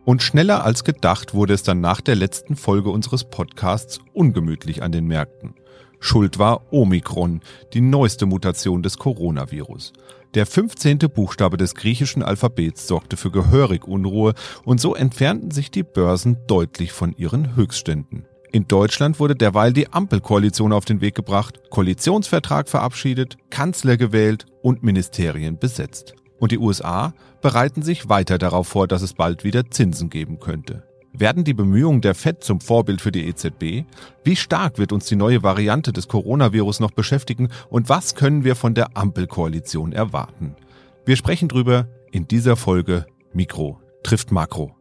Und schneller als gedacht wurde es dann nach der letzten Folge unseres Podcasts ungemütlich an den Märkten. Schuld war Omikron, die neueste Mutation des Coronavirus. Der 15. Buchstabe des griechischen Alphabets sorgte für gehörig Unruhe und so entfernten sich die Börsen deutlich von ihren Höchstständen. In Deutschland wurde derweil die Ampelkoalition auf den Weg gebracht, Koalitionsvertrag verabschiedet, Kanzler gewählt und Ministerien besetzt. Und die USA bereiten sich weiter darauf vor, dass es bald wieder Zinsen geben könnte. Werden die Bemühungen der FED zum Vorbild für die EZB? Wie stark wird uns die neue Variante des Coronavirus noch beschäftigen und was können wir von der Ampelkoalition erwarten? Wir sprechen drüber in dieser Folge Mikro trifft Makro.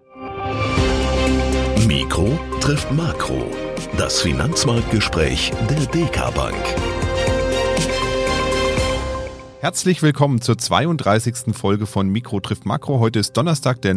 Mikro trifft Makro. Das Finanzmarktgespräch der DK Bank. Herzlich willkommen zur 32. Folge von Mikro trifft Makro. Heute ist Donnerstag, der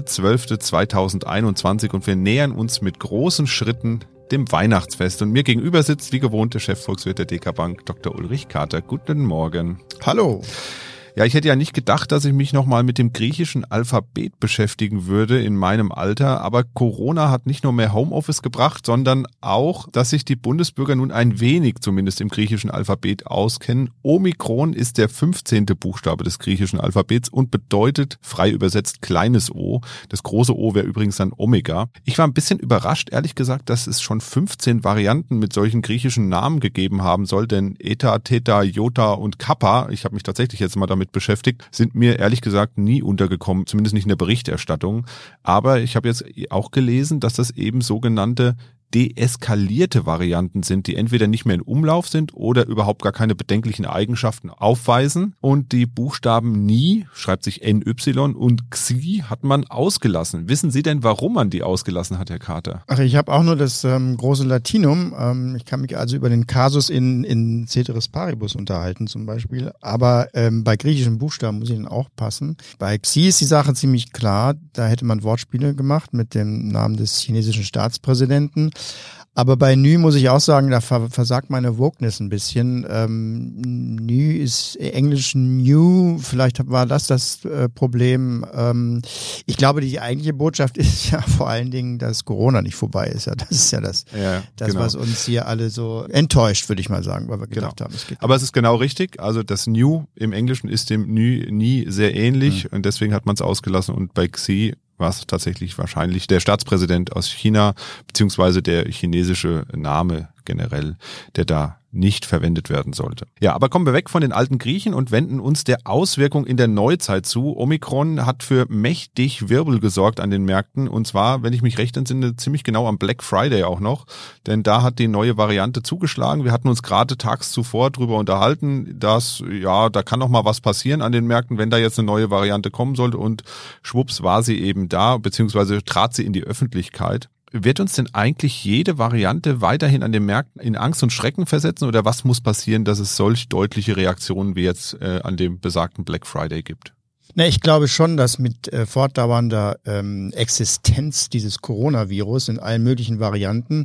9.12.2021 und wir nähern uns mit großen Schritten dem Weihnachtsfest. Und mir gegenüber sitzt wie gewohnt der Chefvolkswirt der DK Bank, Dr. Ulrich Kater. Guten Morgen. Hallo. Ja, ich hätte ja nicht gedacht, dass ich mich nochmal mit dem griechischen Alphabet beschäftigen würde in meinem Alter, aber Corona hat nicht nur mehr Homeoffice gebracht, sondern auch, dass sich die Bundesbürger nun ein wenig zumindest im griechischen Alphabet auskennen. Omikron ist der 15. Buchstabe des griechischen Alphabets und bedeutet, frei übersetzt, kleines O. Das große O wäre übrigens dann Omega. Ich war ein bisschen überrascht, ehrlich gesagt, dass es schon 15 Varianten mit solchen griechischen Namen gegeben haben soll, denn Eta, Theta, Iota und Kappa, ich habe mich tatsächlich jetzt mal damit beschäftigt, sind mir ehrlich gesagt nie untergekommen, zumindest nicht in der Berichterstattung. Aber ich habe jetzt auch gelesen, dass das eben sogenannte deeskalierte Varianten sind, die entweder nicht mehr in Umlauf sind oder überhaupt gar keine bedenklichen Eigenschaften aufweisen. Und die Buchstaben Ni, schreibt sich NY, und Xi hat man ausgelassen. Wissen Sie denn, warum man die ausgelassen hat, Herr Kater? Ach, ich habe auch nur das große Latinum. Ich kann mich also über den Kasus in Ceteris Paribus unterhalten zum Beispiel. Aber bei griechischen Buchstaben muss ich dann auch passen. Bei Xi ist die Sache ziemlich klar. Da hätte man Wortspiele gemacht mit dem Namen des chinesischen Staatspräsidenten. Aber bei Nü muss ich auch sagen, da versagt meine Wokeness ein bisschen. Nü ist Englisch New, vielleicht war das Problem. Ich glaube, die eigentliche Botschaft ist ja vor allen Dingen, dass Corona nicht vorbei ist. Ja, das ist ja das, genau, was uns hier alle so enttäuscht, würde ich mal sagen, weil wir gedacht haben, es geht. Aber es ist genau richtig. Also das New im Englischen ist dem Nü nie sehr ähnlich und deswegen hat man es ausgelassen. Und bei Xi war es tatsächlich wahrscheinlich der Staatspräsident aus China, beziehungsweise der chinesische Name generell, der da nicht verwendet werden sollte. Ja, aber kommen wir weg von den alten Griechen und wenden uns der Auswirkung in der Neuzeit zu. Omikron hat für mächtig Wirbel gesorgt an den Märkten und zwar, wenn ich mich recht entsinne, ziemlich genau am Black Friday auch noch, denn da hat die neue Variante zugeschlagen. Wir hatten uns gerade tags zuvor drüber unterhalten, dass, ja, da kann noch mal was passieren an den Märkten, wenn da jetzt eine neue Variante kommen sollte und schwupps war sie eben da, beziehungsweise trat sie in die Öffentlichkeit. Wird uns denn eigentlich jede Variante weiterhin an den Märkten in Angst und Schrecken versetzen oder was muss passieren, dass es solch deutliche Reaktionen wie jetzt an dem besagten Black Friday gibt? Na, ich glaube schon, dass mit fortdauernder Existenz dieses Coronavirus in allen möglichen Varianten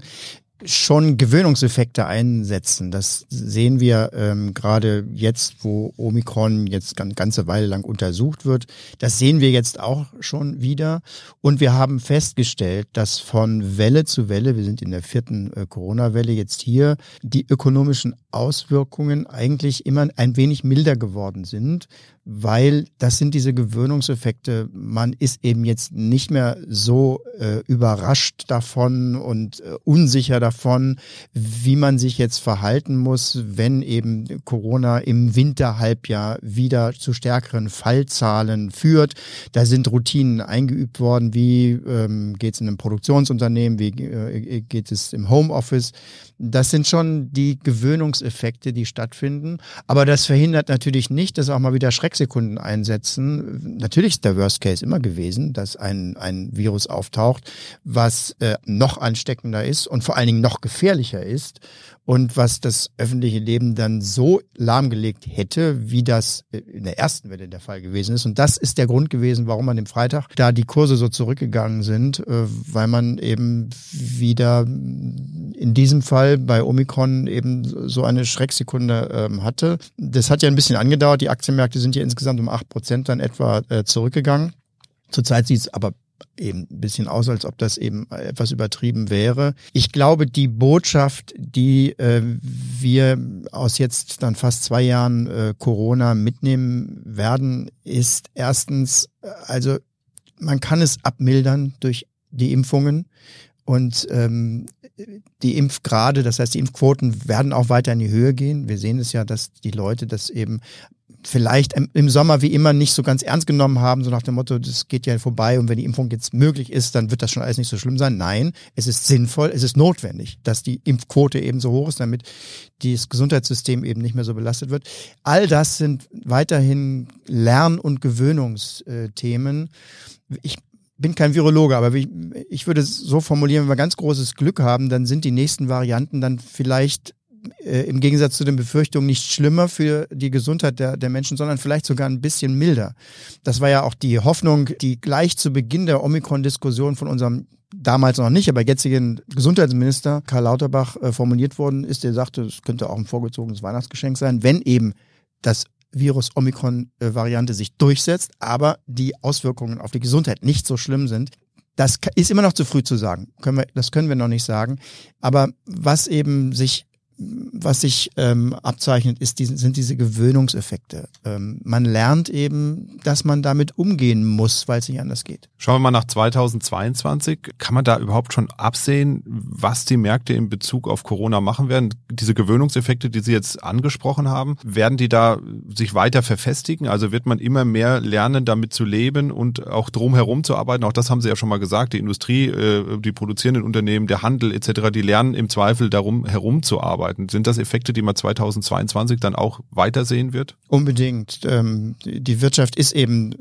schon Gewöhnungseffekte einsetzen. Das sehen wir gerade jetzt, wo Omikron jetzt eine ganze Weile lang untersucht wird. Das sehen wir jetzt auch schon wieder. Und wir haben festgestellt, dass von Welle zu Welle, wir sind in der 4. Corona-Welle jetzt hier, die ökonomischen Auswirkungen eigentlich immer ein wenig milder geworden sind, weil das sind diese Gewöhnungseffekte. Man ist eben jetzt nicht mehr so überrascht davon und unsicher davon, wie man sich jetzt verhalten muss, wenn eben Corona im Winterhalbjahr wieder zu stärkeren Fallzahlen führt. Da sind Routinen eingeübt worden, wie geht es in einem Produktionsunternehmen, wie geht es im Homeoffice. Das sind schon die Gewöhnungseffekte, die stattfinden. Aber das verhindert natürlich nicht, dass auch mal wieder Schrecksekunden einsetzen. Natürlich ist der Worst Case immer gewesen, dass ein Virus auftaucht, was noch ansteckender ist und vor allen Dingen noch gefährlicher ist und was das öffentliche Leben dann so lahmgelegt hätte, wie das in der ersten Welle der Fall gewesen ist. Und das ist der Grund gewesen, warum an dem Freitag da die Kurse so zurückgegangen sind, weil man eben wieder in diesem Fall bei Omikron eben so eine Schrecksekunde hatte. Das hat ja ein bisschen angedauert. Die Aktienmärkte sind ja insgesamt um 8% dann etwa zurückgegangen. Zurzeit sieht es aber eben ein bisschen aus, als ob das eben etwas übertrieben wäre. Ich glaube, die Botschaft, die wir aus jetzt dann fast 2 Jahren Corona mitnehmen werden, ist erstens, also man kann es abmildern durch die Impfungen und die Impfgrade, das heißt die Impfquoten werden auch weiter in die Höhe gehen. Wir sehen es ja, dass die Leute das eben vielleicht im Sommer wie immer nicht so ganz ernst genommen haben, so nach dem Motto, das geht ja vorbei und wenn die Impfung jetzt möglich ist, dann wird das schon alles nicht so schlimm sein. Nein, es ist sinnvoll, es ist notwendig, dass die Impfquote eben so hoch ist, damit das Gesundheitssystem eben nicht mehr so belastet wird. All das sind weiterhin Lern- und Gewöhnungsthemen. Ich bin kein Virologe, aber ich würde es so formulieren, wenn wir ganz großes Glück haben, dann sind die nächsten Varianten dann vielleicht im Gegensatz zu den Befürchtungen nicht schlimmer für die Gesundheit der Menschen, sondern vielleicht sogar ein bisschen milder. Das war ja auch die Hoffnung, die gleich zu Beginn der Omikron-Diskussion von unserem damals noch nicht, aber jetzigen Gesundheitsminister Karl Lauterbach formuliert worden ist. Der sagte, es könnte auch ein vorgezogenes Weihnachtsgeschenk sein, wenn eben das Virus Omikron-Variante sich durchsetzt, aber die Auswirkungen auf die Gesundheit nicht so schlimm sind. Das ist immer noch zu früh zu sagen. Das können wir noch nicht sagen. Aber was sich abzeichnet, sind diese Gewöhnungseffekte. Man lernt eben, dass man damit umgehen muss, weil es nicht anders geht. Schauen wir mal nach 2022. Kann man da überhaupt schon absehen, was die Märkte in Bezug auf Corona machen werden? Diese Gewöhnungseffekte, die Sie jetzt angesprochen haben, werden die da sich weiter verfestigen? Also wird man immer mehr lernen, damit zu leben und auch drumherum zu arbeiten? Auch das haben Sie ja schon mal gesagt. Die Industrie, die produzierenden Unternehmen, der Handel etc., die lernen im Zweifel darum herumzuarbeiten. Sind das Effekte, die man 2022 dann auch weitersehen wird? Unbedingt. Die Wirtschaft ist eben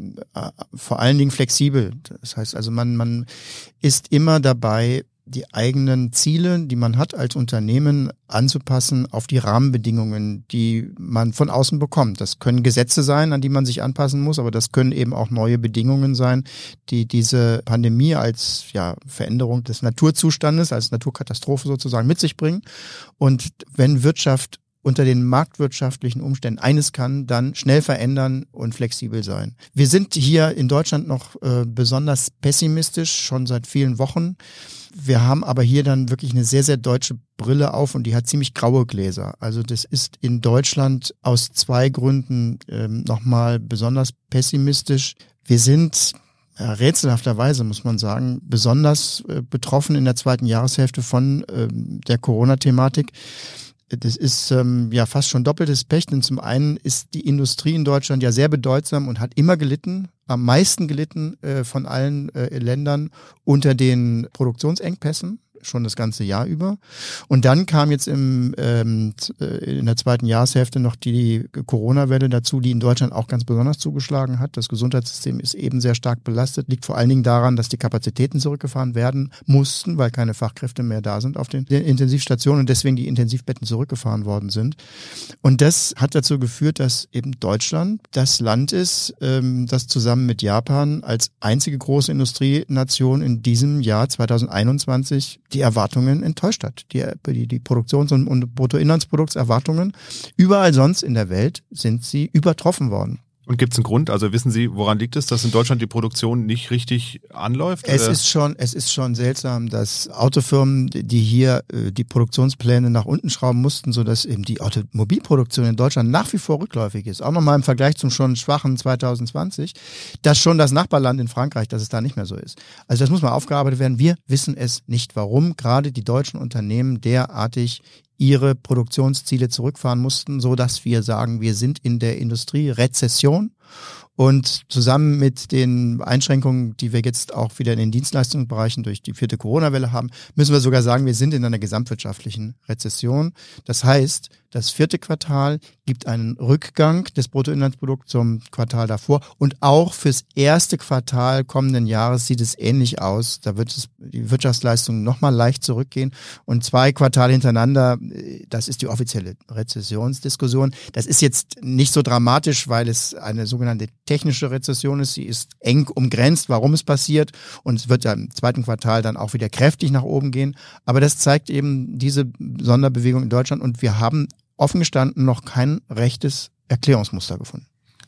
vor allen Dingen flexibel. Das heißt also, man ist immer dabei, die eigenen Ziele, die man hat als Unternehmen, anzupassen auf die Rahmenbedingungen, die man von außen bekommt. Das können Gesetze sein, an die man sich anpassen muss, aber das können eben auch neue Bedingungen sein, die diese Pandemie als Veränderung des Naturzustandes, als Naturkatastrophe sozusagen mit sich bringen. Und wenn Wirtschaft unter den marktwirtschaftlichen Umständen eines kann, dann schnell verändern und flexibel sein. Wir sind hier in Deutschland noch besonders pessimistisch, schon seit vielen Wochen. Wir haben aber hier dann wirklich eine sehr, sehr deutsche Brille auf und die hat ziemlich graue Gläser. Also das ist in Deutschland aus 2 Gründen nochmal besonders pessimistisch. Wir sind rätselhafterweise, muss man sagen, besonders betroffen in der 2. Jahreshälfte von der Corona-Thematik. Das ist fast schon doppeltes Pech, denn zum einen ist die Industrie in Deutschland ja sehr bedeutsam und hat immer gelitten, am meisten gelitten von allen Ländern unter den Produktionsengpässen, schon das ganze Jahr über. Und dann kam jetzt in der 2. Jahreshälfte noch die Corona-Welle dazu, die in Deutschland auch ganz besonders zugeschlagen hat. Das Gesundheitssystem ist eben sehr stark belastet, liegt vor allen Dingen daran, dass die Kapazitäten zurückgefahren werden mussten, weil keine Fachkräfte mehr da sind auf den Intensivstationen und deswegen die Intensivbetten zurückgefahren worden sind. Und das hat dazu geführt, dass eben Deutschland das Land ist, das zusammen mit Japan als einzige große Industrienation in diesem Jahr 2021 die Erwartungen enttäuscht hat. Die Produktions- und Bruttoinlandsprodukterwartungen überall sonst in der Welt sind sie übertroffen worden. Und gibt es einen Grund? Also wissen Sie, woran liegt es, dass in Deutschland die Produktion nicht richtig anläuft? Es ist schon seltsam, dass Autofirmen, die hier die Produktionspläne nach unten schrauben mussten, sodass eben die Automobilproduktion in Deutschland nach wie vor rückläufig ist. Auch nochmal im Vergleich zum schon schwachen 2020, dass schon das Nachbarland in Frankreich, dass es da nicht mehr so ist. Also das muss mal aufgearbeitet werden. Wir wissen es nicht, warum gerade die deutschen Unternehmen derartig ihre Produktionsziele zurückfahren mussten, so dass wir sagen, wir sind in der Industrierezession. Und zusammen mit den Einschränkungen, die wir jetzt auch wieder in den Dienstleistungsbereichen durch die 4. Corona-Welle haben, müssen wir sogar sagen, wir sind in einer gesamtwirtschaftlichen Rezession. Das heißt, das 4. Quartal gibt einen Rückgang des Bruttoinlandsprodukts zum Quartal davor. Und auch fürs 1. Quartal kommenden Jahres sieht es ähnlich aus. Da wird die Wirtschaftsleistung nochmal leicht zurückgehen. Und 2 Quartale hintereinander, das ist die offizielle Rezessionsdiskussion. Das ist jetzt nicht so dramatisch, weil es eine sogenannte technische Rezession ist. Sie ist eng umgrenzt, warum es passiert. Und es wird ja im 2. Quartal dann auch wieder kräftig nach oben gehen. Aber das zeigt eben diese Sonderbewegung in Deutschland. Und wir haben offen gestanden noch kein rechtes Erklärungsmuster gefunden.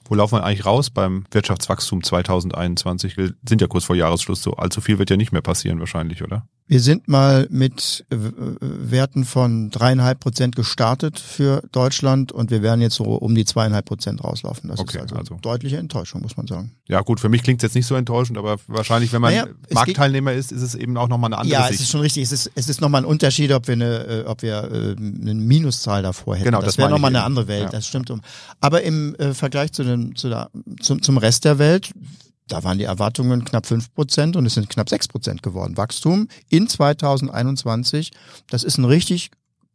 Wo laufen wir eigentlich raus beim Wirtschaftswachstum 2021? Wir sind ja kurz vor Jahresschluss, so allzu viel wird ja nicht mehr passieren wahrscheinlich, oder? Wir sind mal mit Werten von 3,5% gestartet für Deutschland und wir werden jetzt so um die 2,5% rauslaufen. Das ist also deutliche Enttäuschung, muss man sagen. Ja gut, für mich klingt es jetzt nicht so enttäuschend, aber wahrscheinlich, wenn man Marktteilnehmer ist es eben auch nochmal eine andere Sicht. Ja, es ist schon richtig. Es ist nochmal ein Unterschied, ob wir eine Minuszahl davor hätten. Genau, das wäre nochmal eine andere Welt, das stimmt. Aber im Vergleich zum Rest der Welt, da waren die Erwartungen knapp 5% und es sind knapp 6% geworden. Wachstum in 2021, das ist ein richtig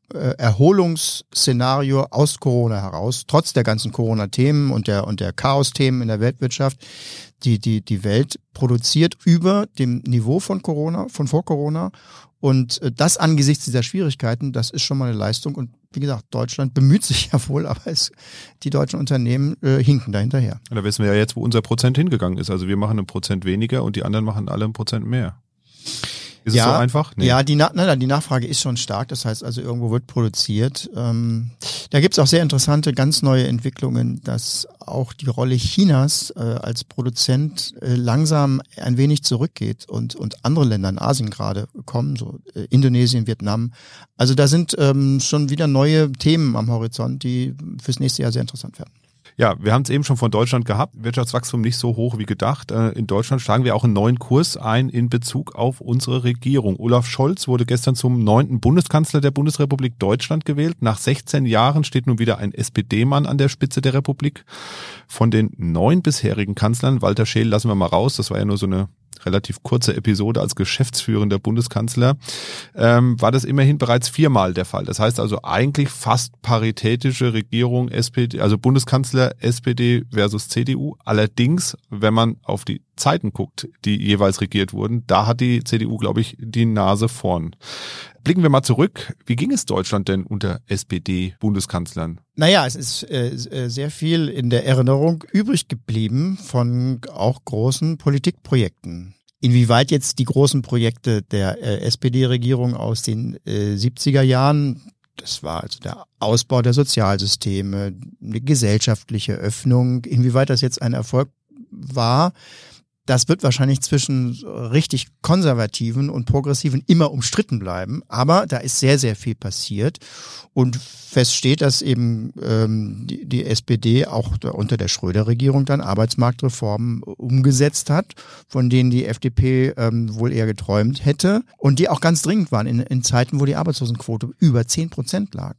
Erholungsszenario aus Corona heraus, trotz der ganzen Corona-Themen und der Chaos-Themen in der Weltwirtschaft. Die Welt produziert über dem Niveau von vor Corona. Und das angesichts dieser Schwierigkeiten, das ist schon mal eine Leistung. Und wie gesagt, Deutschland bemüht sich ja wohl, aber die deutschen Unternehmen hinken da hinterher. Da wissen wir ja jetzt, wo unser Prozent hingegangen ist. Also wir machen 1% weniger und die anderen machen alle 1% mehr. Ist es so einfach? Nee. Ja, die Nachfrage ist schon stark. Das heißt also, irgendwo wird produziert. Da gibt's auch sehr interessante, ganz neue Entwicklungen, dass auch die Rolle Chinas als Produzent langsam ein wenig zurückgeht und andere Länder in Asien gerade kommen, so Indonesien, Vietnam. Also da sind schon wieder neue Themen am Horizont, die fürs nächste Jahr sehr interessant werden. Ja, wir haben es eben schon von Deutschland gehabt. Wirtschaftswachstum nicht so hoch wie gedacht. In Deutschland schlagen wir auch einen neuen Kurs ein in Bezug auf unsere Regierung. Olaf Scholz wurde gestern zum 9. Bundeskanzler der Bundesrepublik Deutschland gewählt. Nach 16 Jahren steht nun wieder ein SPD-Mann an der Spitze der Republik. Von den 9 bisherigen Kanzlern, Walter Scheel lassen wir mal raus, das war ja nur so eine relativ kurze Episode als geschäftsführender Bundeskanzler, war das immerhin bereits 4-mal der Fall. Das heißt also eigentlich fast paritätische Regierung SPD, also Bundeskanzler SPD versus CDU. Allerdings, wenn man auf die Zeiten guckt, die jeweils regiert wurden, da hat die CDU, glaube ich, die Nase vorn. Blicken wir mal zurück. Wie ging es Deutschland denn unter SPD-Bundeskanzlern? Naja, es ist sehr viel in der Erinnerung übrig geblieben von auch großen Politikprojekten. Inwieweit jetzt die großen Projekte der SPD-Regierung aus den 70er Jahren, das war also der Ausbau der Sozialsysteme, eine gesellschaftliche Öffnung, inwieweit das jetzt ein Erfolg war, das wird wahrscheinlich zwischen richtig Konservativen und Progressiven immer umstritten bleiben. Aber da ist sehr, sehr viel passiert. Und fest steht, dass eben die SPD auch unter der Schröder-Regierung dann Arbeitsmarktreformen umgesetzt hat, von denen die FDP wohl eher geträumt hätte. Und die auch ganz dringend waren in Zeiten, wo die Arbeitslosenquote über 10% lag.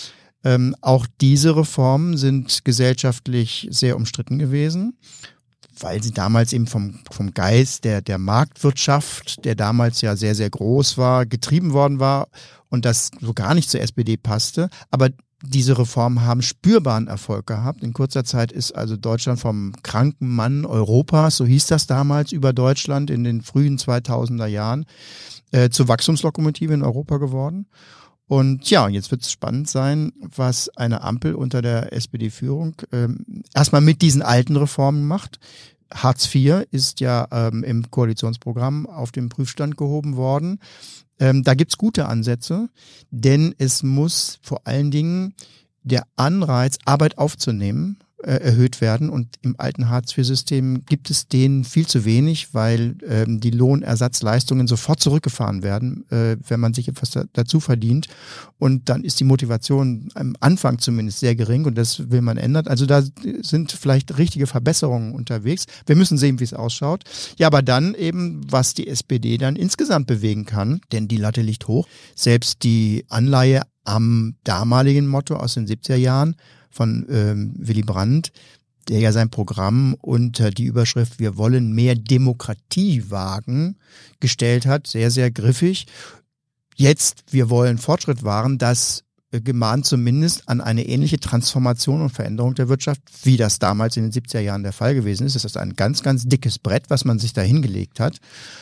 Auch diese Reformen sind gesellschaftlich sehr umstritten gewesen, weil sie damals eben vom Geist der Marktwirtschaft, der damals ja sehr, sehr groß war, getrieben worden war und das so gar nicht zur SPD passte. Aber diese Reformen haben spürbaren Erfolg gehabt. In kurzer Zeit ist also Deutschland vom kranken Mann Europas, so hieß das damals über Deutschland in den frühen 2000er Jahren, zur Wachstumslokomotive in Europa geworden. Und ja, jetzt wird es spannend sein, was eine Ampel unter der SPD-Führung erstmal mit diesen alten Reformen macht. Hartz IV ist ja im Koalitionsprogramm auf den Prüfstand gehoben worden. Da gibt's gute Ansätze, denn es muss vor allen Dingen der Anreiz, Arbeit aufzunehmen, erhöht werden. Und im alten Hartz-IV-System gibt es denen viel zu wenig, weil die Lohnersatzleistungen sofort zurückgefahren werden, wenn man sich etwas dazu verdient. Und dann ist die Motivation am Anfang zumindest sehr gering und das will man ändern. Also da sind vielleicht richtige Verbesserungen unterwegs. Wir müssen sehen, wie es ausschaut. Ja, aber dann eben, was die SPD dann insgesamt bewegen kann, denn die Latte liegt hoch. Selbst die Anleihe am damaligen Motto aus den 70er Jahren von Willy Brandt, der ja sein Programm unter die Überschrift "Wir wollen mehr Demokratie wagen" gestellt hat, sehr, sehr griffig. Jetzt, wir wollen Fortschritt wahren, das gemahnt zumindest an eine ähnliche Transformation und Veränderung der Wirtschaft, wie das damals in den 70er Jahren der Fall gewesen ist. Das ist ein ganz, ganz dickes Brett, was man sich da hingelegt hat.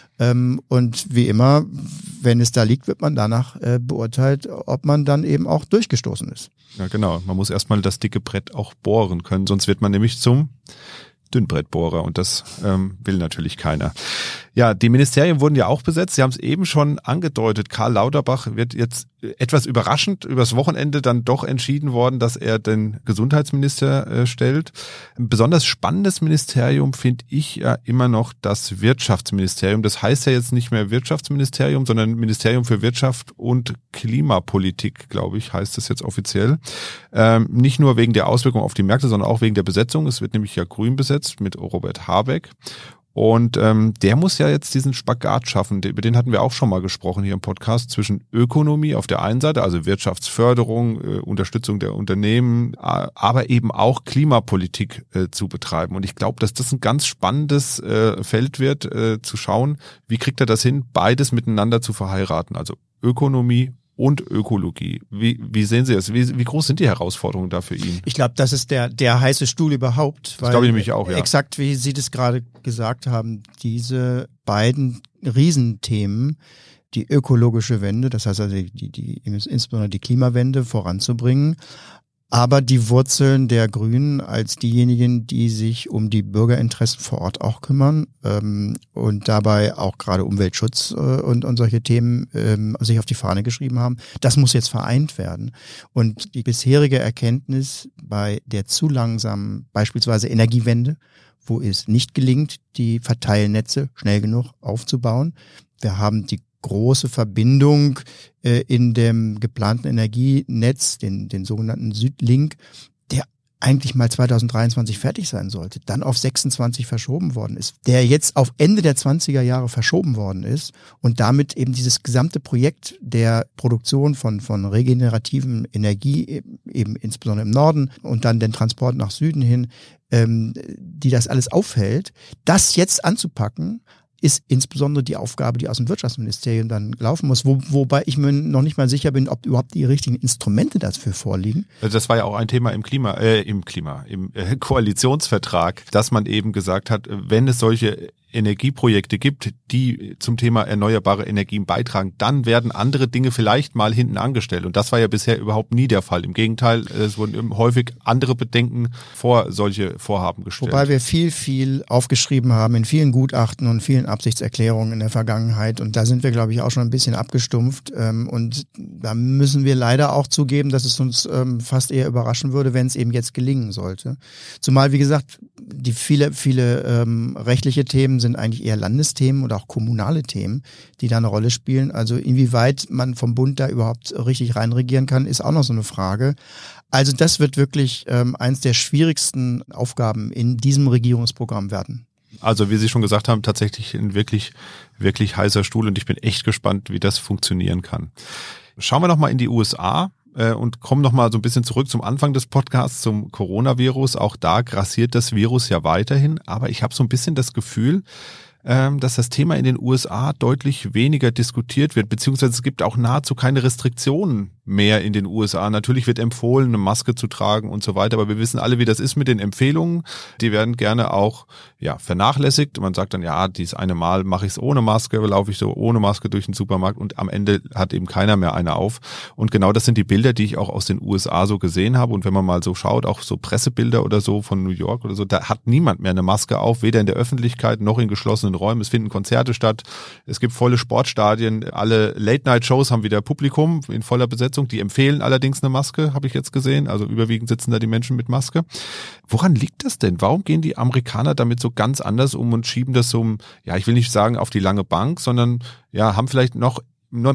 Und wie immer, wenn es da liegt, wird man danach beurteilt, ob man dann eben auch durchgestoßen ist. Ja, genau. Man muss erstmal das dicke Brett auch bohren können, sonst wird man nämlich zum Dünnbrettbohrer und das will natürlich keiner. Ja, die Ministerien wurden ja auch besetzt. Sie haben es eben schon angedeutet. Karl Lauterbach wird jetzt etwas überraschend übers Wochenende dann doch entschieden worden, dass er den Gesundheitsminister stellt. Ein besonders spannendes Ministerium finde ich ja immer noch das Wirtschaftsministerium. Das heißt ja jetzt nicht mehr Wirtschaftsministerium, sondern Ministerium für Wirtschaft und Klimapolitik, glaube ich, heißt es jetzt offiziell. Nicht nur wegen der Auswirkungen auf die Märkte, sondern auch wegen der Besetzung. Es wird nämlich ja grün besetzt mit Robert Habeck. Und der muss ja jetzt diesen Spagat schaffen, über den hatten wir auch schon mal gesprochen hier im Podcast, zwischen Ökonomie auf der einen Seite, also Wirtschaftsförderung, Unterstützung der Unternehmen, aber eben auch Klimapolitik zu betreiben. Und ich glaube, dass das ein ganz spannendes Feld wird, zu schauen, wie kriegt er das hin, beides miteinander zu verheiraten, also Ökonomie und Ökologie. Wie sehen Sie das? Wie groß sind die Herausforderungen da für ihn? Ich glaube, das ist der heiße Stuhl überhaupt. Das glaube ich nämlich auch, ja. Exakt wie Sie das gerade gesagt haben, diese beiden Riesenthemen, die ökologische Wende, das heißt also insbesondere die Klimawende voranzubringen, aber die Wurzeln der Grünen als diejenigen, die sich um die Bürgerinteressen vor Ort auch kümmern und dabei auch gerade Umweltschutz und solche Themen sich auf die Fahne geschrieben haben, das muss jetzt vereint werden. Und die bisherige Erkenntnis bei der zu langsamen beispielsweise Energiewende, wo es nicht gelingt, die Verteilnetze schnell genug aufzubauen. Wir haben die große Verbindung in dem geplanten Energienetz, den sogenannten Südlink, der eigentlich mal 2023 fertig sein sollte, dann auf 26 verschoben worden ist, der jetzt auf Ende der 20er Jahre verschoben worden ist und damit eben dieses gesamte Projekt der Produktion von regenerativen Energie, eben insbesondere im Norden und dann den Transport nach Süden hin, die das alles aufhält, das jetzt anzupacken, ist insbesondere die Aufgabe, die aus dem Wirtschaftsministerium dann laufen muss, wobei ich mir noch nicht mal sicher bin, ob überhaupt die richtigen Instrumente dafür vorliegen. Das war ja auch ein Thema im Koalitionsvertrag, dass man eben gesagt hat, wenn es solche Energieprojekte gibt, die zum Thema erneuerbare Energien beitragen, dann werden andere Dinge vielleicht mal hinten angestellt. Und das war ja bisher überhaupt nie der Fall. Im Gegenteil, es wurden häufig andere Bedenken vor solche Vorhaben gestellt. Wobei wir viel aufgeschrieben haben in vielen Gutachten und vielen Absichtserklärungen in der Vergangenheit. Und da sind wir, glaube ich, auch schon ein bisschen abgestumpft. Und da müssen wir leider auch zugeben, dass es uns fast eher überraschen würde, wenn es eben jetzt gelingen sollte. Zumal, wie gesagt, die viele rechtliche Themen sind eigentlich eher Landesthemen oder auch kommunale Themen, die da eine Rolle spielen. Also inwieweit man vom Bund da überhaupt richtig reinregieren kann, ist auch noch so eine Frage. Also das wird wirklich eins der schwierigsten Aufgaben in diesem Regierungsprogramm werden. Also wie Sie schon gesagt haben, tatsächlich ein wirklich, wirklich heißer Stuhl und ich bin echt gespannt, wie das funktionieren kann. Schauen wir noch mal in die USA. Und kommen noch mal so ein bisschen zurück zum Anfang des Podcasts, zum Coronavirus. Auch da grassiert das Virus ja weiterhin. Aber ich habe so ein bisschen das Gefühl, dass das Thema in den USA deutlich weniger diskutiert wird, beziehungsweise es gibt auch nahezu keine Restriktionen mehr in den USA. Natürlich wird empfohlen, eine Maske zu tragen und so weiter, aber wir wissen alle, wie das ist mit den Empfehlungen. Die werden gerne auch vernachlässigt. Man sagt dann, ja, dieses eine Mal mache ich es ohne Maske, laufe ich so ohne Maske durch den Supermarkt und am Ende hat eben keiner mehr eine auf. Und genau das sind die Bilder, die ich auch aus den USA so gesehen habe. Und wenn man mal so schaut, auch so Pressebilder oder so von New York oder so, da hat niemand mehr eine Maske auf, weder in der Öffentlichkeit noch in geschlossenen Räumen. Es finden Konzerte statt, es gibt volle Sportstadien, alle Late-Night-Shows haben wieder Publikum in voller Besetzung. Die empfehlen allerdings eine Maske, habe ich jetzt gesehen. Also überwiegend sitzen da die Menschen mit Maske. Woran liegt das denn? Warum gehen die Amerikaner damit so ganz anders um und schieben das so, ich will nicht sagen auf die lange Bank, sondern haben vielleicht noch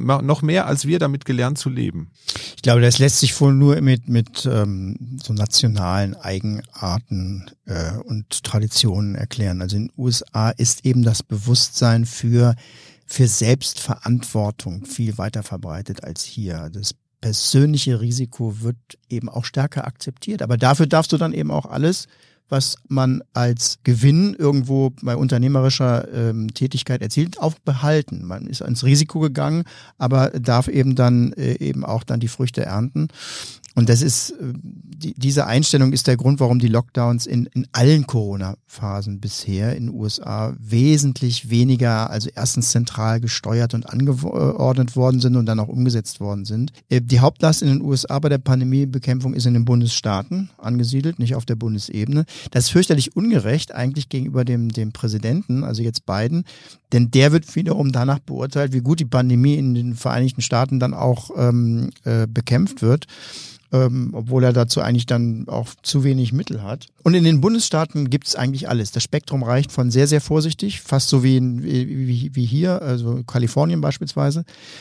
mehr als wir damit gelernt zu leben? Ich glaube, das lässt sich wohl nur mit so nationalen Eigenarten und Traditionen erklären. Also in den USA ist eben das Bewusstsein für Selbstverantwortung viel weiter verbreitet als hier. Das persönliche Risiko wird eben auch stärker akzeptiert. Aber dafür darfst du dann eben auch alles, was man als Gewinn irgendwo bei unternehmerischer Tätigkeit erzielt, auch behalten. Man ist ins Risiko gegangen, aber darf eben dann eben auch dann die Früchte ernten. Und das ist, diese Einstellung ist der Grund, warum die Lockdowns in allen Corona-Phasen bisher in den USA wesentlich weniger, also erstens zentral gesteuert und angeordnet worden sind und dann auch umgesetzt worden sind. Die Hauptlast in den USA bei der Pandemiebekämpfung ist in den Bundesstaaten angesiedelt, nicht auf der Bundesebene. Das ist fürchterlich ungerecht eigentlich gegenüber dem Präsidenten, also jetzt Biden, denn der wird wiederum danach beurteilt, wie gut die Pandemie in den Vereinigten Staaten dann auch bekämpft wird. Obwohl er dazu eigentlich dann auch zu wenig Mittel hat. Und in den Bundesstaaten gibt es eigentlich alles. Das Spektrum reicht von sehr, sehr vorsichtig, fast so wie hier, also Kalifornien beispielsweise,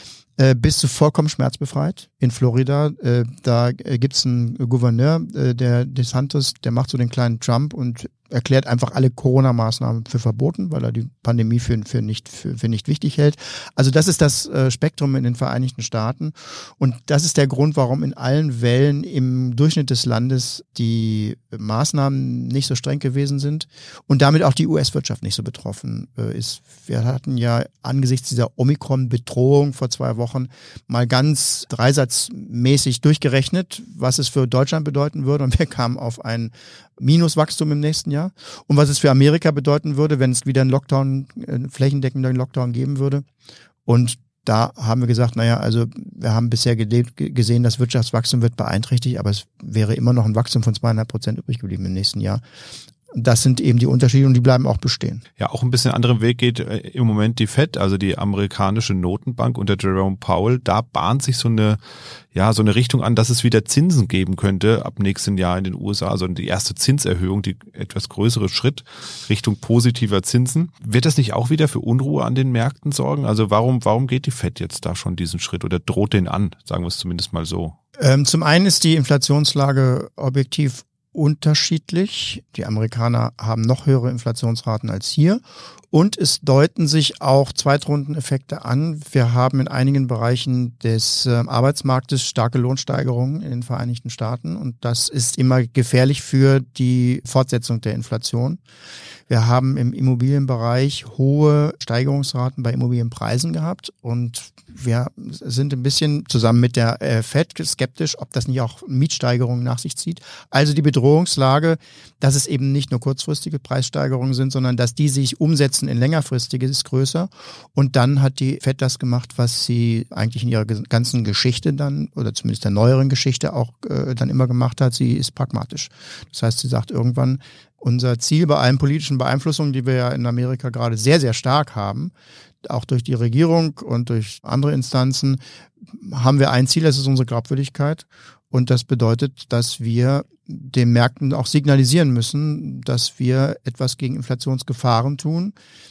bis zu vollkommen schmerzbefreit. In Florida, da gibt's einen Gouverneur, der DeSantis, der macht so den kleinen Trump und erklärt einfach alle Corona-Maßnahmen für verboten, weil er die Pandemie für nicht wichtig hält. Also das ist das Spektrum in den Vereinigten Staaten und das ist der Grund, warum in allen Wellen im Durchschnitt des Landes die Maßnahmen nicht so streng gewesen sind und damit auch die US-Wirtschaft nicht so betroffen ist. Wir hatten ja angesichts dieser Omikron-Bedrohung vor 2 Wochen mal ganz dreisatzmäßig durchgerechnet, was es für Deutschland bedeuten würde und wir kamen auf ein Minuswachstum im nächsten Jahr. Und was es für Amerika bedeuten würde, wenn es wieder einen flächendeckenden Lockdown geben würde. Und da haben wir gesagt, also wir haben bisher gesehen, das Wirtschaftswachstum wird beeinträchtigt, aber es wäre immer noch ein Wachstum von 2,5% übrig geblieben im nächsten Jahr. Das sind eben die Unterschiede und die bleiben auch bestehen. Ja, auch ein bisschen anderen Weg geht im Moment die Fed, also die amerikanische Notenbank unter Jerome Powell. Da bahnt sich so eine Richtung an, dass es wieder Zinsen geben könnte ab nächsten Jahr in den USA. Also die erste Zinserhöhung, die etwas größere Schritt Richtung positiver Zinsen. Wird das nicht auch wieder für Unruhe an den Märkten sorgen? Also warum geht die Fed jetzt da schon diesen Schritt oder droht den an? Sagen wir es zumindest mal so. Zum einen ist die Inflationslage objektiv unterschiedlich. Die Amerikaner haben noch höhere Inflationsraten als hier und es deuten sich auch Zweitrundeneffekte an. Wir haben in einigen Bereichen des Arbeitsmarktes starke Lohnsteigerungen in den Vereinigten Staaten und das ist immer gefährlich für die Fortsetzung der Inflation. Wir haben im Immobilienbereich hohe Steigerungsraten bei Immobilienpreisen gehabt und wir sind ein bisschen zusammen mit der Fed skeptisch, ob das nicht auch Mietsteigerungen nach sich zieht. Also die Bedrohungslage, dass es eben nicht nur kurzfristige Preissteigerungen sind, sondern dass die sich umsetzen in längerfristige, ist größer. Und dann hat die Fed das gemacht, was sie eigentlich in ihrer ganzen Geschichte dann, oder zumindest der neueren Geschichte auch dann immer gemacht hat. Sie ist pragmatisch. Das heißt, sie sagt irgendwann, unser Ziel bei allen politischen Beeinflussungen, die wir ja in Amerika gerade sehr, sehr stark haben, auch durch die Regierung und durch andere Instanzen, haben wir ein Ziel, das ist unsere Glaubwürdigkeit. Und das bedeutet, dass wir den Märkten auch signalisieren müssen, dass wir etwas gegen Inflationsgefahren tun.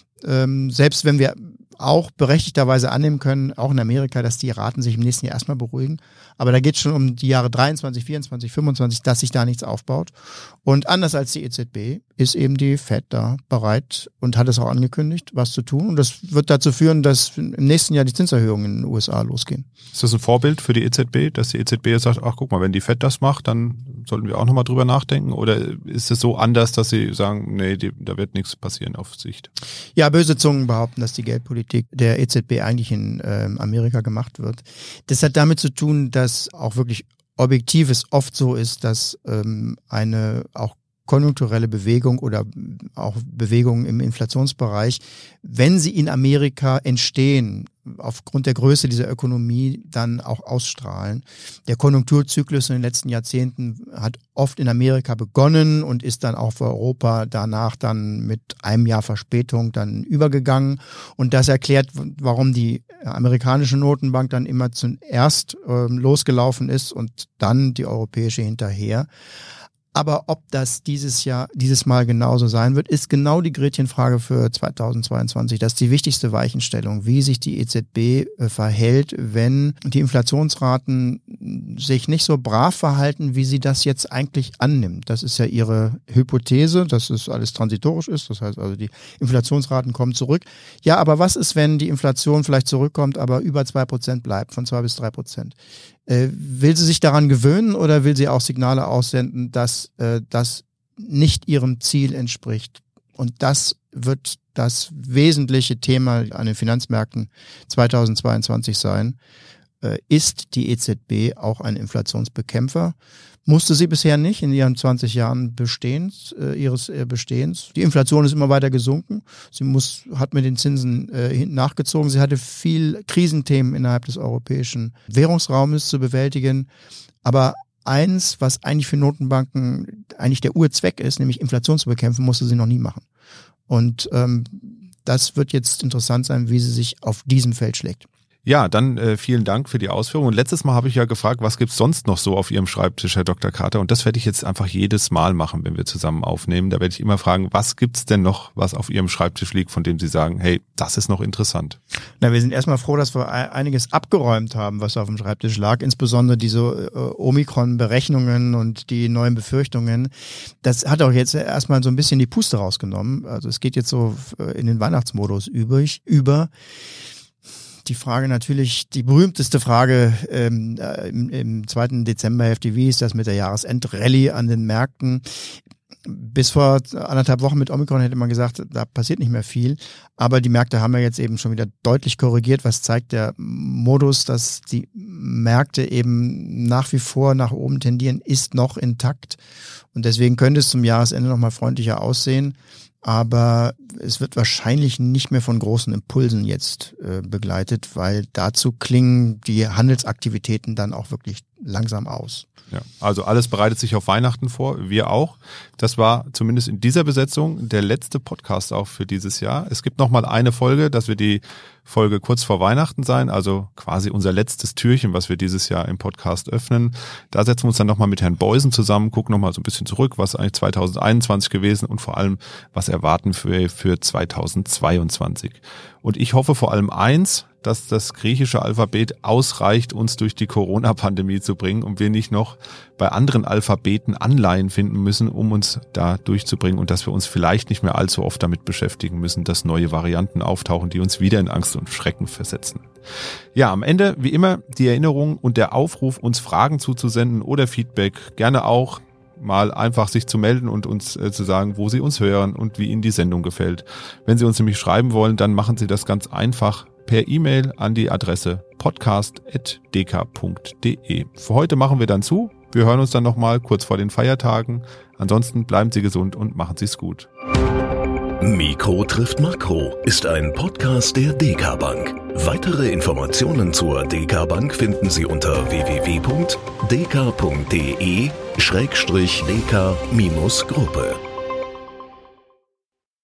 Selbst wenn wir auch berechtigterweise annehmen können, auch in Amerika, dass die Raten sich im nächsten Jahr erstmal beruhigen. Aber da geht es schon um die Jahre 23, 24, 25, dass sich da nichts aufbaut. Und anders als die EZB ist eben die Fed da bereit und hat es auch angekündigt, was zu tun. Und das wird dazu führen, dass im nächsten Jahr die Zinserhöhungen in den USA losgehen. Ist das ein Vorbild für die EZB, dass die EZB jetzt sagt, ach guck mal, wenn die Fed das macht, dann sollten wir auch nochmal drüber nachdenken? Oder ist es so anders, dass sie sagen, nee, da wird nichts passieren auf Sicht? Ja, böse Zungen behaupten, dass die Geldpolitik der EZB eigentlich in Amerika gemacht wird. Das hat damit zu tun, dass auch wirklich objektiv es oft so ist, dass eine auch konjunkturelle Bewegung oder auch Bewegungen im Inflationsbereich, wenn sie in Amerika entstehen, aufgrund der Größe dieser Ökonomie dann auch ausstrahlen. Der Konjunkturzyklus in den letzten Jahrzehnten hat oft in Amerika begonnen und ist dann auch für Europa danach dann mit einem Jahr Verspätung dann übergegangen. Und das erklärt, warum die amerikanische Notenbank dann immer zuerst losgelaufen ist und dann die europäische hinterher. Aber ob das dieses Mal genauso sein wird, ist genau die Gretchenfrage für 2022. Das ist die wichtigste Weichenstellung, wie sich die EZB verhält, wenn die Inflationsraten sich nicht so brav verhalten, wie sie das jetzt eigentlich annimmt. Das ist ja ihre Hypothese, dass es alles transitorisch ist. Das heißt also, die Inflationsraten kommen zurück. Ja, aber was ist, wenn die Inflation vielleicht zurückkommt, aber über 2% bleibt, von 2 bis 3%? Will sie sich daran gewöhnen oder will sie auch Signale aussenden, dass das nicht ihrem Ziel entspricht? Und das wird das wesentliche Thema an den Finanzmärkten 2022 sein. ist die EZB auch ein Inflationsbekämpfer. Musste sie bisher nicht in ihren 20 Jahren ihres Bestehens. Die Inflation ist immer weiter gesunken. Sie hat mit den Zinsen hinten nachgezogen. Sie hatte viel Krisenthemen innerhalb des europäischen Währungsraumes zu bewältigen. Aber eins, was eigentlich für Notenbanken eigentlich der Urzweck ist, nämlich Inflation zu bekämpfen, musste sie noch nie machen. Und das wird jetzt interessant sein, wie sie sich auf diesem Feld schlägt. Ja, dann vielen Dank für die Ausführung. Und letztes Mal habe ich ja gefragt, was gibt's sonst noch so auf Ihrem Schreibtisch, Herr Dr. Carter? Und das werde ich jetzt einfach jedes Mal machen, wenn wir zusammen aufnehmen. Da werde ich immer fragen, was gibt's denn noch, was auf Ihrem Schreibtisch liegt, von dem Sie sagen, hey, das ist noch interessant? Na, wir sind erstmal froh, dass wir einiges abgeräumt haben, was auf dem Schreibtisch lag. Insbesondere diese Omikron-Berechnungen und die neuen Befürchtungen. Das hat auch jetzt erstmal so ein bisschen die Puste rausgenommen. Also es geht jetzt so in den Weihnachtsmodus über. Die Frage natürlich, die berühmteste Frage im zweiten Dezemberhälfte, wie ist das mit der Jahresendrallye an den Märkten? Bis vor 1,5 Wochen mit Omikron hätte man gesagt, da passiert nicht mehr viel. Aber die Märkte haben ja jetzt eben schon wieder deutlich korrigiert. Was zeigt der Modus, dass die Märkte eben nach wie vor nach oben tendieren, ist noch intakt. Und deswegen könnte es zum Jahresende nochmal freundlicher aussehen. Aber es wird wahrscheinlich nicht mehr von großen Impulsen jetzt begleitet, weil dazu klingen die Handelsaktivitäten dann auch wirklich langsam aus. Ja, also alles bereitet sich auf Weihnachten vor, wir auch. Das war zumindest in dieser Besetzung der letzte Podcast auch für dieses Jahr. Es gibt nochmal eine Folge, dass wir die Folge kurz vor Weihnachten sein, also quasi unser letztes Türchen, was wir dieses Jahr im Podcast öffnen. Da setzen wir uns dann nochmal mit Herrn Beusen zusammen, gucken nochmal so ein bisschen zurück, was eigentlich 2021 gewesen und vor allem, was erwarten für 2022. Und ich hoffe vor allem eins, dass das griechische Alphabet ausreicht, uns durch die Corona-Pandemie zu bringen und wir nicht noch bei anderen Alphabeten Anleihen finden müssen, um uns da durchzubringen und dass wir uns vielleicht nicht mehr allzu oft damit beschäftigen müssen, dass neue Varianten auftauchen, die uns wieder in Angst und Schrecken versetzen. Ja, am Ende wie immer die Erinnerung und der Aufruf, uns Fragen zuzusenden oder Feedback, gerne auch mal einfach sich zu melden und uns zu sagen, wo Sie uns hören und wie Ihnen die Sendung gefällt. Wenn Sie uns nämlich schreiben wollen, dann machen Sie das ganz einfach per E-Mail an die Adresse podcast@dk.de. Für heute machen wir dann zu. Wir hören uns dann nochmal kurz vor den Feiertagen. Ansonsten bleiben Sie gesund und machen Sie es gut. Mikro trifft Makro ist ein Podcast der DK Bank. Weitere Informationen zur DK Bank finden Sie unter www.dk.de/dk-gruppe.